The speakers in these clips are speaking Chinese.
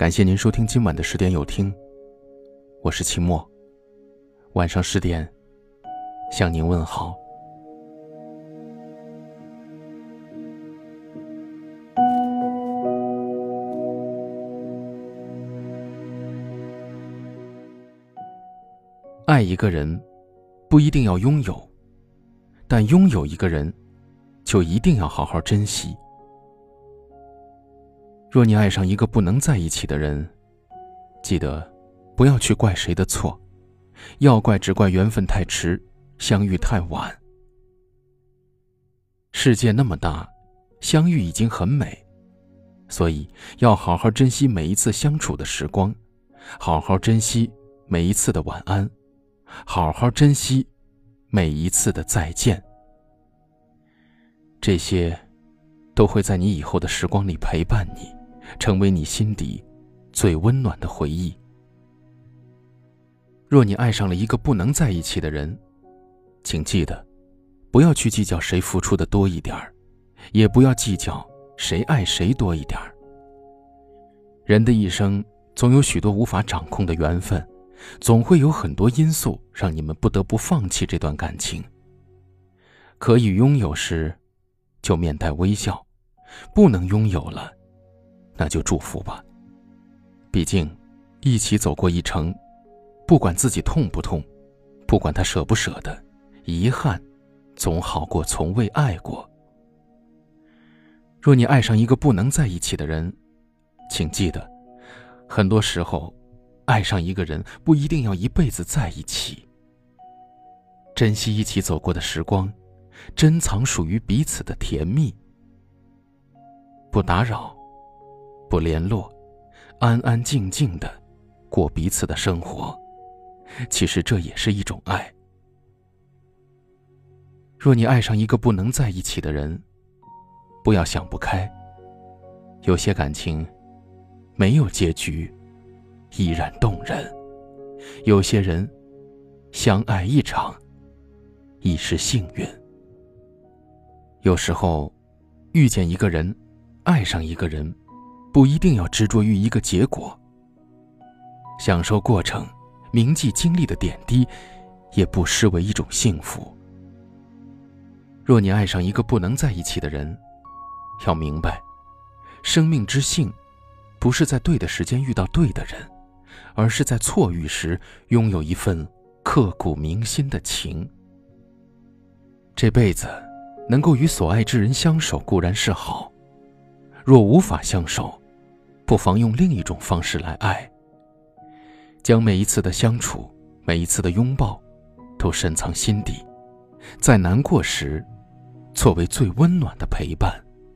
感谢您收听今晚的10点有听，我是期末，晚上10点向您问好。爱一个人不一定要拥有，但拥有一个人就一定要好好珍惜。若你爱上一个不能在一起的人，记得不要去怪谁的错，要怪只怪缘分太迟，相遇太晚。世界那么大，相遇已经很美，所以要好好珍惜每一次相处的时光，好好珍惜每一次的晚安，好好珍惜每一次的再见。这些都会在你以后的时光里陪伴你，成为你心底最温暖的回忆。若你爱上了一个不能在一起的人，请记得不要去计较谁付出的多一点儿，也不要计较谁爱谁多一点儿。人的一生总有许多无法掌控的缘分，总会有很多因素让你们不得不放弃这段感情。可以拥有时就面带微笑，不能拥有了那就祝福吧。毕竟一起走过一程，不管自己痛不痛，不管他舍不舍得，遗憾总好过从未爱过。若你爱上一个不能在一起的人，请记得很多时候爱上一个人不一定要一辈子在一起。珍惜一起走过的时光，珍藏属于彼此的甜蜜。不打扰，不联络，安安静静的过彼此的生活，其实这也是一种爱。若你爱上一个不能在一起的人，不要想不开，有些感情没有结局依然动人，有些人相爱一场已是幸运。有时候遇见一个人，爱上一个人，不一定要执着于一个结果，享受过程，铭记经历的点滴，也不失为一种幸福。若你爱上一个不能在一起的人，要明白，生命之幸不是在对的时间遇到对的人，而是在错遇时拥有一份刻骨铭心的情。这辈子能够与所爱之人相守固然是好，若无法相守，不妨用另一种方式来爱。将每一次的相处，每一次的拥抱都深藏心底，在难过时作为最温暖的陪伴。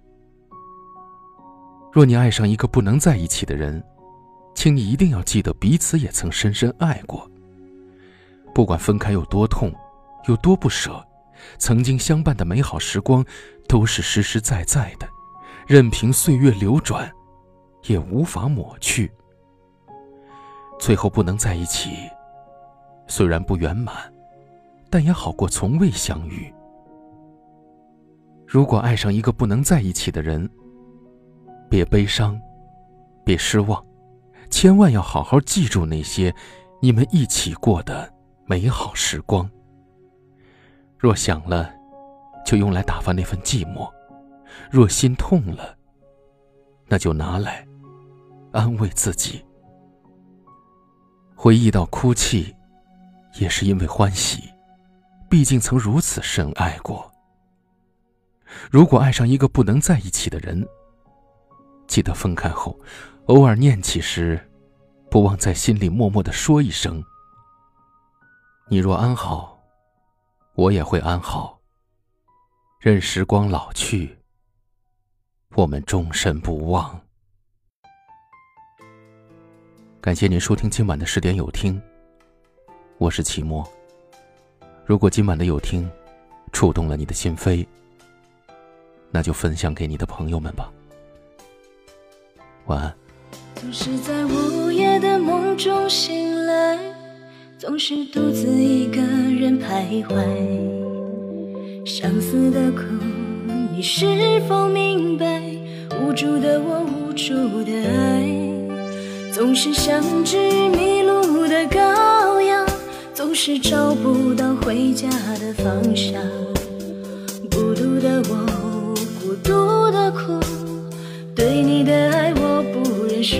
若你爱上一个不能在一起的人，请你一定要记得彼此也曾深深爱过。不管分开有多痛，有多不舍，曾经相伴的美好时光都是实实在在的，任凭岁月流转也无法抹去。最后不能在一起，虽然不圆满，但也好过从未相遇。如果爱上一个不能在一起的人，别悲伤，别失望，千万要好好记住那些你们一起过的美好时光。若想了，就用来打发那份寂寞；若心痛了，那就拿来安慰自己。回忆到哭泣，也是因为欢喜，毕竟曾如此深爱过。如果爱上一个不能在一起的人，记得分开后，偶尔念起时，不忘在心里默默地说一声：你若安好，我也会安好。任时光老去，我们终身不忘。感谢您收听今晚的10点有听，我是期末。如果今晚的有听触动了你的心扉，那就分享给你的朋友们吧。晚安。 总是在午夜的梦中醒来，总是独自一个人徘徊。相思的苦，你是否明白？无助的我，无助的爱， 总是像只迷路的羔羊，总是找不到回家的方向。孤独的我，孤独的哭，对你的爱我不认输。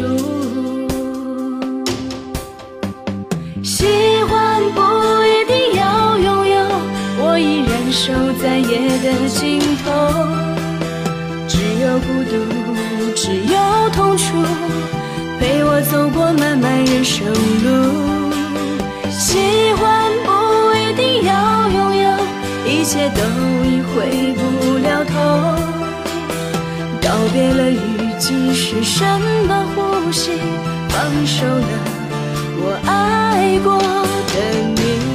喜欢不一定要拥有，我已然守在夜的尽头。只有孤独，只有痛楚，陪我走过漫漫人生路。喜欢不一定要拥有，一切都已回不了头。告别了雨季是什么呼吸，放手了我爱过的你。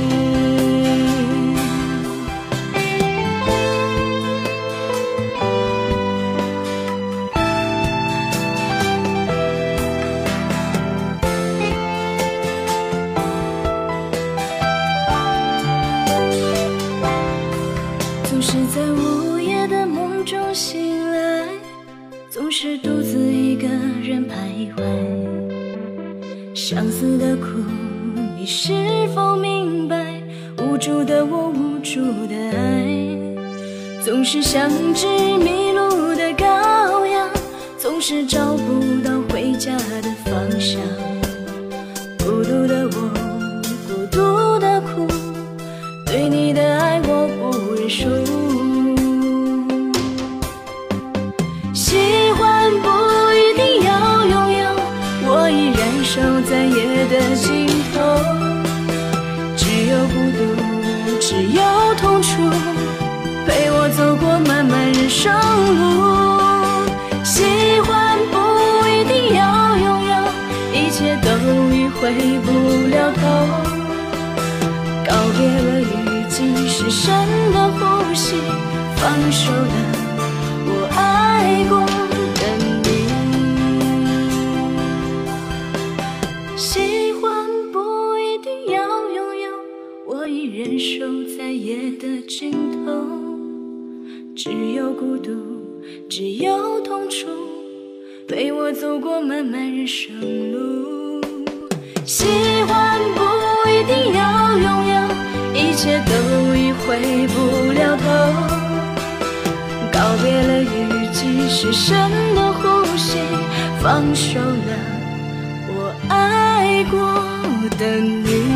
总是在午夜的梦中醒来，总是独自一个人徘徊。相思的苦，你是否明白？无助的我，无助的爱，总是像只迷路的羔羊，总是找不到回家的方向。孤独的我，孤独的哭，对你的爱我不认输。喜欢不一定要拥有，我已燃烧在夜的尽头。只有孤独，只有痛楚，陪我走过漫漫人生路。喜欢不一定要拥有，一切都已回不了头。告别了雨季是什么呼吸，放手了我爱过的你。喜欢不一定要拥有，我已忍受在夜的尽头。只有孤独，只有痛楚，陪我走过漫漫人生路。喜欢不一定要拥有，一切都已回不了头。告别了雨季是什么呼吸，放手了我爱过的你。